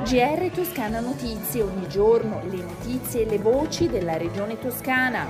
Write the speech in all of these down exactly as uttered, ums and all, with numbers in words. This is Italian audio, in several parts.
G R Toscana Notizie, ogni giorno le notizie e le voci della regione toscana.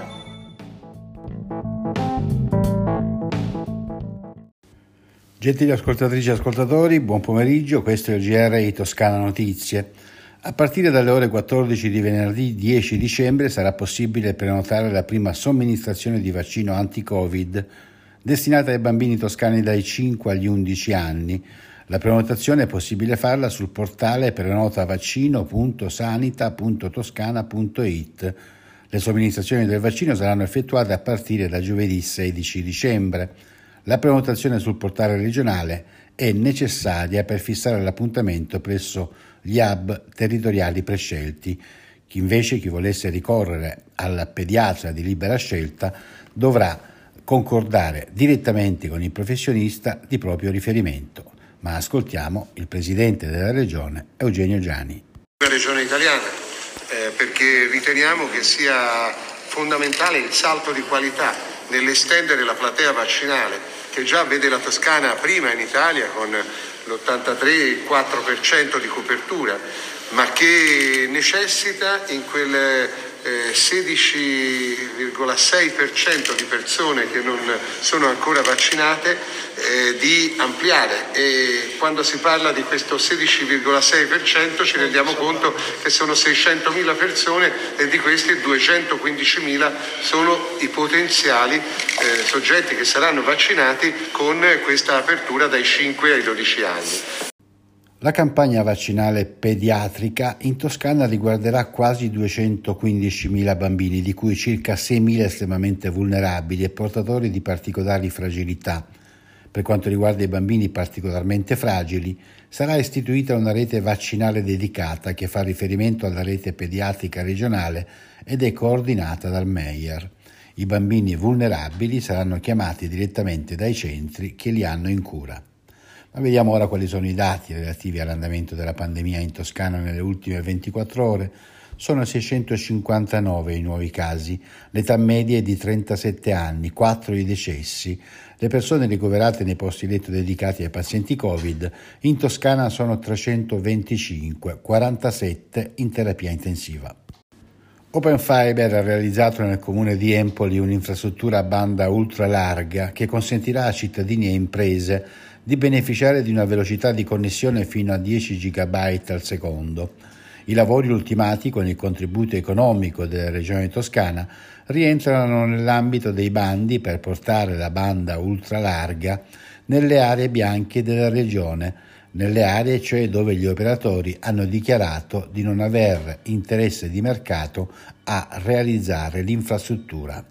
Gentili ascoltatrici e ascoltatori, buon pomeriggio, questo è il G R Toscana Notizie. A partire dalle ore quattordici di venerdì dieci dicembre sarà possibile prenotare la prima somministrazione di vaccino anti-Covid destinata ai bambini toscani dai cinque agli undici anni. La prenotazione è possibile farla sul portale prenotavaccino punto sanita punto toscana punto it. Le somministrazioni del vaccino saranno effettuate a partire da giovedì sedici dicembre. La prenotazione sul portale regionale è necessaria per fissare l'appuntamento presso gli hub territoriali prescelti. Chi invece chi volesse ricorrere al pediatra di libera scelta dovrà concordare direttamente con il professionista di proprio riferimento. Ma ascoltiamo il presidente della regione, Eugenio Giani. La regione italiana, eh, perché riteniamo che sia fondamentale il salto di qualità nell'estendere la platea vaccinale, che già vede la Toscana prima in Italia con l'ottantatré virgola quattro per cento di copertura, ma che necessita in quel eh, sedici virgola sei per cento di persone che non sono ancora vaccinate eh, di ampliare. E quando si parla di questo sedici virgola sei per cento ci rendiamo conto che sono seicentomila persone e di questi duecentoquindicimila sono i potenziali eh, soggetti che saranno vaccinati con questa apertura dai cinque ai dodici anni. La campagna vaccinale pediatrica in Toscana riguarderà quasi duecentoquindicimila bambini, di cui circa seimila estremamente vulnerabili e portatori di particolari fragilità. Per quanto riguarda i bambini particolarmente fragili, sarà istituita una rete vaccinale dedicata che fa riferimento alla rete pediatrica regionale ed è coordinata dal Meyer. I bambini vulnerabili saranno chiamati direttamente dai centri che li hanno in cura. Ma vediamo ora quali sono i dati relativi all'andamento della pandemia in Toscana nelle ultime ventiquattro ore. Sono seicentocinquantanove i nuovi casi, l'età media è di trentasette anni, quattro i decessi. Le persone ricoverate nei posti letto dedicati ai pazienti Covid in Toscana sono trecentoventicinque, quarantasette in terapia intensiva. Open Fiber ha realizzato nel comune di Empoli un'infrastruttura a banda ultralarga che consentirà a cittadini e imprese di beneficiare di una velocità di connessione fino a dieci gigabyte al secondo. I lavori ultimati con il contributo economico della Regione Toscana rientrano nell'ambito dei bandi per portare la banda ultralarga nelle aree bianche della Regione, nelle aree cioè dove gli operatori hanno dichiarato di non aver interesse di mercato a realizzare l'infrastruttura.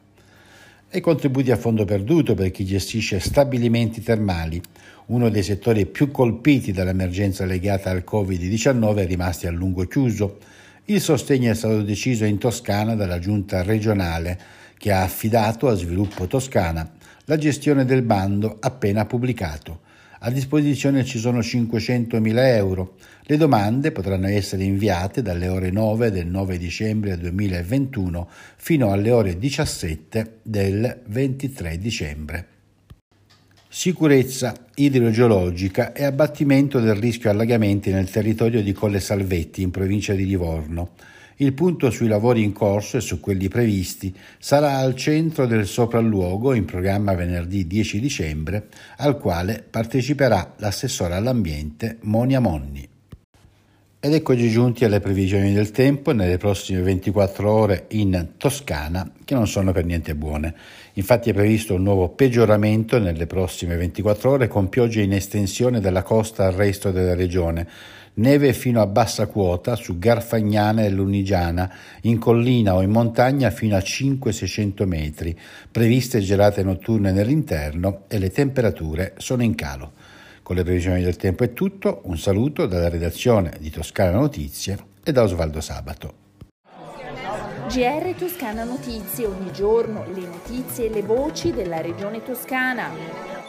E contributi a fondo perduto per chi gestisce stabilimenti termali, uno dei settori più colpiti dall'emergenza legata al covid diciannove, è rimasto a lungo chiuso. Il sostegno è stato deciso in Toscana dalla giunta regionale, che ha affidato a Sviluppo Toscana la gestione del bando appena pubblicato. A disposizione ci sono cinquecentomila euro. Le domande potranno essere inviate dalle ore nove del nove dicembre duemilaventuno fino alle ore diciassette del ventitré dicembre. Sicurezza idrogeologica e abbattimento del rischio allagamenti nel territorio di Colle Salvetti, in provincia di Livorno. Il punto sui lavori in corso e su quelli previsti sarà al centro del sopralluogo in programma venerdì dieci dicembre, al quale parteciperà l'assessore all'ambiente Monia Monni. Ed eccoci giunti alle previsioni del tempo nelle prossime ventiquattro ore in Toscana, che non sono per niente buone. Infatti è previsto un nuovo peggioramento nelle prossime ventiquattro ore, con piogge in estensione dalla costa al resto della regione. Neve fino a bassa quota su Garfagnana e Lunigiana, in collina o in montagna fino a cinquecento seicento metri, previste gelate notturne nell'interno e le temperature sono in calo. Con le previsioni del tempo è tutto, un saluto dalla redazione di Toscana Notizie e da Osvaldo Sabato. G R Toscana Notizie, ogni giorno le notizie e le voci della regione toscana.